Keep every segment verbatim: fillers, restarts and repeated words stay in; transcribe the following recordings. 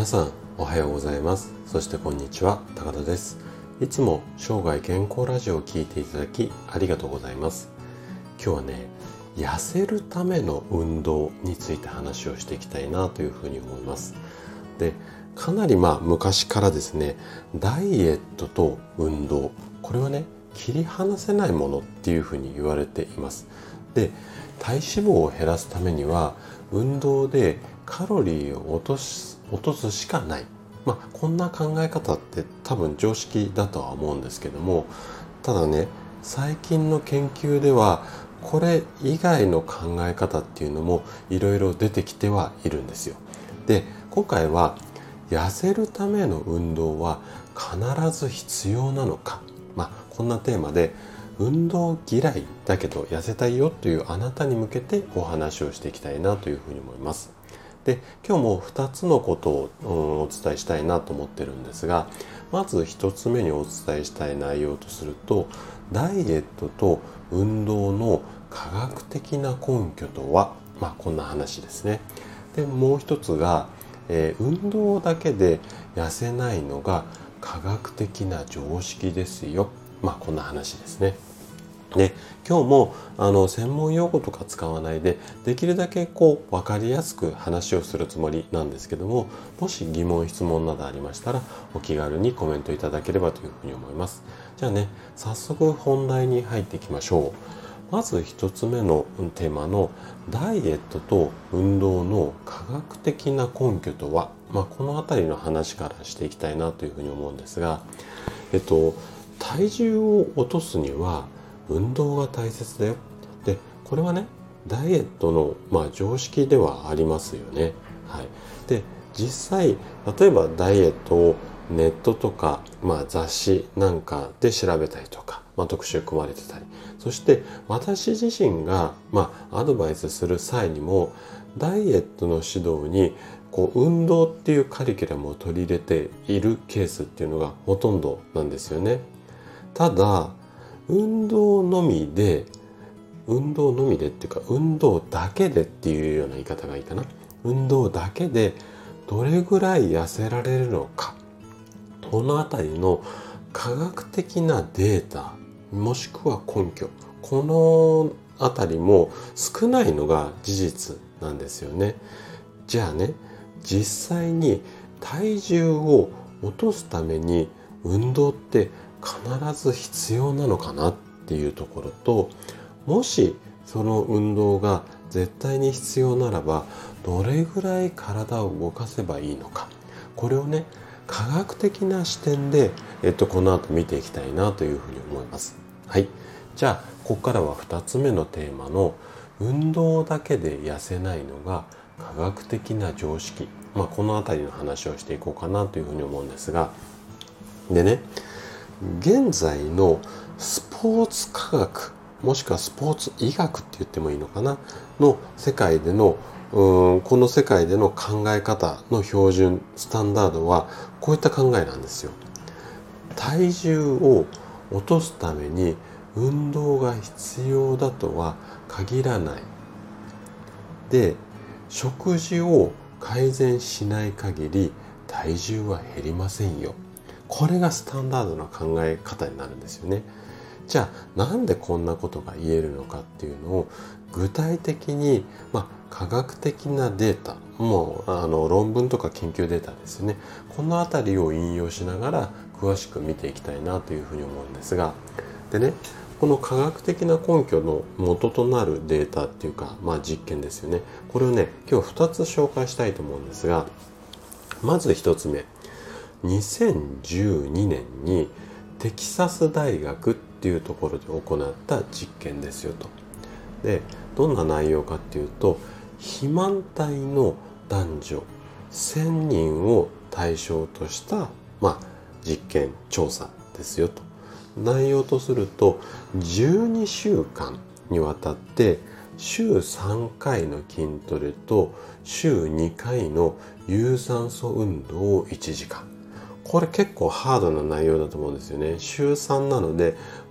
さんおはようございます。そしてこんにちは、高田です。いつも生涯健康ラジオを聞いていただきありがとうございます。今日はね、痩せるための運動について話をしていきたいなというふうに思います。で、かなりまあ昔からですね、ダイエットと運動、これはね、切り離せないものっていうふうに言われています。で、体脂肪を減らすためには運動でカロリーを落とす落とすしかない、まあ、こんな考え方って多分常識だとは思うんですけども、ただね、最近の研究ではこれ以外の考え方っていうのもいろいろ出てきてはいるんですよ。で、今回は痩せるための運動は必ず必要なのか、まあ、こんなテーマで運動嫌いだけど痩せたいよというあなたに向けてお話をしていきたいなというふうに思います。で、今日もふたつのことを、うん、お伝えしたいなと思ってるんですが、まずひとつめにお伝えしたい内容とすると、ダイエットと運動の科学的な根拠とは、まあこんな話ですね。で、もう一つが、えー、運動だけで痩せないのが科学的な常識ですよ。まあこんな話ですね。で、今日もあの専門用語とか使わないで、できるだけこう分かりやすく話をするつもりなんですけども、もし疑問質問などありましたらお気軽にコメントいただければというふうに思います。じゃあね、早速本題に入っていきましょう。まず一つ目のテーマのダイエットと運動の科学的な根拠とは、まあ、このあたりの話からしていきたいなというふうに思うんですが、えっと体重を落とすには運動が大切だよ。で、これはね、ダイエットの、まあ、常識ではありますよね。はい。で、実際、例えばダイエットをネットとか、まあ、雑誌なんかで調べたりとか、まあ、特集組まれてたり、そして私自身が、まあ、アドバイスする際にも、ダイエットの指導にこう運動っていうカリキュラムを取り入れているケースっていうのがほとんどなんですよね。ただ、運動のみで、運動のみでっていうか、運動だけでっていうような言い方がいいかな。運動だけでどれぐらい痩せられるのか。このあたりの科学的なデータ、もしくは根拠。このあたりも少ないのが事実なんですよね。じゃあね、実際に体重を落とすために運動って必ず必要なのかなっていうところと、もしその運動が絶対に必要ならばどれぐらい体を動かせばいいのか、これをね、科学的な視点で、えっと、この後見ていきたいなというふうに思います。はい。じゃあここからはふたつめのテーマの運動だけで痩せないのが科学的な常識、まあ、このあたりの話をしていこうかなというふうに思うんですが、でね、現在のスポーツ科学、もしくはスポーツ医学って言ってもいいのかなの世界でのうーんこの世界での考え方の標準スタンダードはこういった考えなんですよ。体重を落とすために運動が必要だとは限らない。で、食事を改善しない限り体重は減りませんよ。これがスタンダードな考え方になるんですよね。じゃあなんでこんなことが言えるのかっていうのを具体的に、まあ、科学的なデータ、もうあの論文とか研究データですよね。このあたりを引用しながら詳しく見ていきたいなというふうに思うんですが、でね、この科学的な根拠の元となるデータっていうか、まあ実験ですよね。これをね、今日ふたつ紹介したいと思うんですが、まずひとつめ。にせんじゅうにねんにテキサス大学っていうところで行った実験ですよと。で、どんな内容かっていうと、肥満体の男女せんにんを対象とした、まあ、実験調査ですよと。内容とすると、じゅうにしゅうかんにわたって週さんかいの筋トレと週にかいの有酸素運動をいちじかん。これ結構ハードな内容だと思うんですよね。週さんなので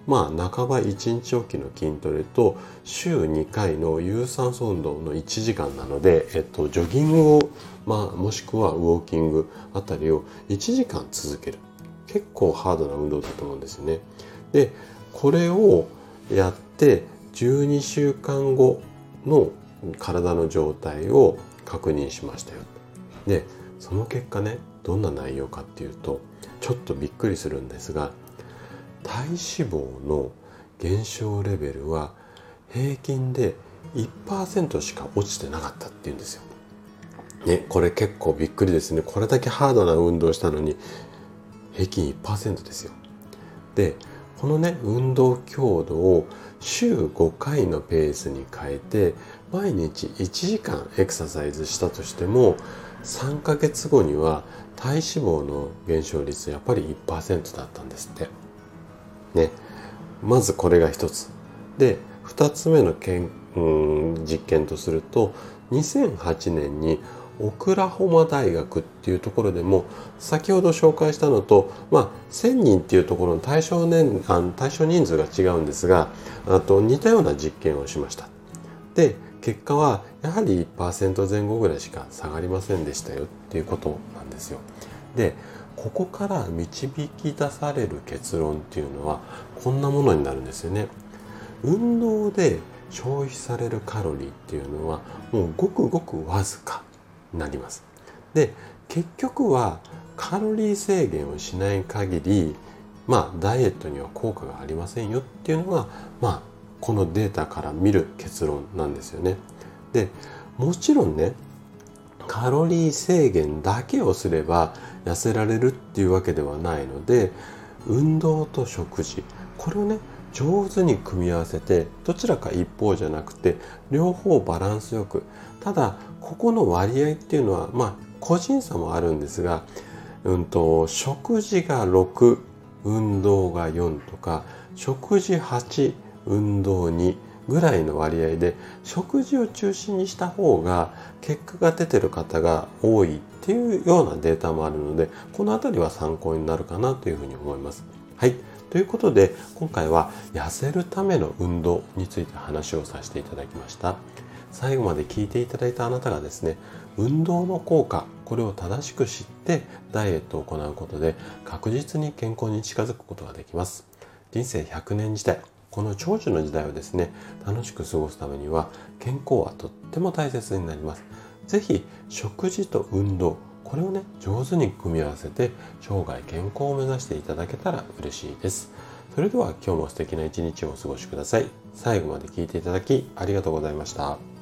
まあ半ばいちにちおきの筋トレと週にかいの有酸素運動のいちじかんなので、えっと、ジョギングを、まあ、もしくはウォーキングあたりをいちじかん続ける。結構ハードな運動だと思うんですよね。で、これをやってじゅうにしゅうかんごの体の状態を確認しましたよ。で、その結果ね、どんな内容かっていうと、ちょっとびっくりするんですが、体脂肪の減少レベルは平均で いちパーセント しか落ちてなかったっていうんですよ。ね、これ結構びっくりですね。これだけハードな運動したのに平均 いちパーセント ですよ。で、このね、運動強度を週ごかいのペースに変えて毎日いちじかんエクササイズしたとしても、さんかげつごには体脂肪の減少率やっぱり いちパーセント だったんですって。ね、まずこれが一つ。で、二つ目のけん、うん、実験とすると、にせんはちねんにオクラホマ大学っていうところでも、先ほど紹介したのと、まあ、せんにんっていうところの対象年、あの対象人数が違うんですが、あと似たような実験をしました。で、結果はやはり いちパーセント 前後ぐらいしか下がりませんでしたよっていうことなんですよ。で、ここから導き出される結論っていうのはこんなものになるんですよね。運動で消費されるカロリーっていうのはもうごくごくわずかになります。で、結局はカロリー制限をしない限り、まあダイエットには効果がありませんよっていうのが、まあこのデータから見る結論なんですよね。で、もちろんね、カロリー制限だけをすれば痩せられるっていうわけではないので、運動と食事、これをね、上手に組み合わせて、どちらか一方じゃなくて両方バランスよく、ただここの割合っていうのはまあ個人差もあるんですが、うんと食事がろく、運動がよんとか、食事はち、運動にぐらいの割合で食事を中心にした方が結果が出てる方が多いっていうようなデータもあるので、このあたりは参考になるかなというふうに思います。はい。ということで、今回は痩せるための運動について話をさせていただきました。最後まで聞いていただいたあなたがですね、運動の効果、これを正しく知ってダイエットを行うことで確実に健康に近づくことができます。人生ひゃくねん時代、この長寿の時代をですね、楽しく過ごすためには健康はとっても大切になります。ぜひ食事と運動、これをね、上手に組み合わせて生涯健康を目指していただけたら嬉しいです。それでは今日も素敵な一日をお過ごしください。最後まで聞いていただきありがとうございました。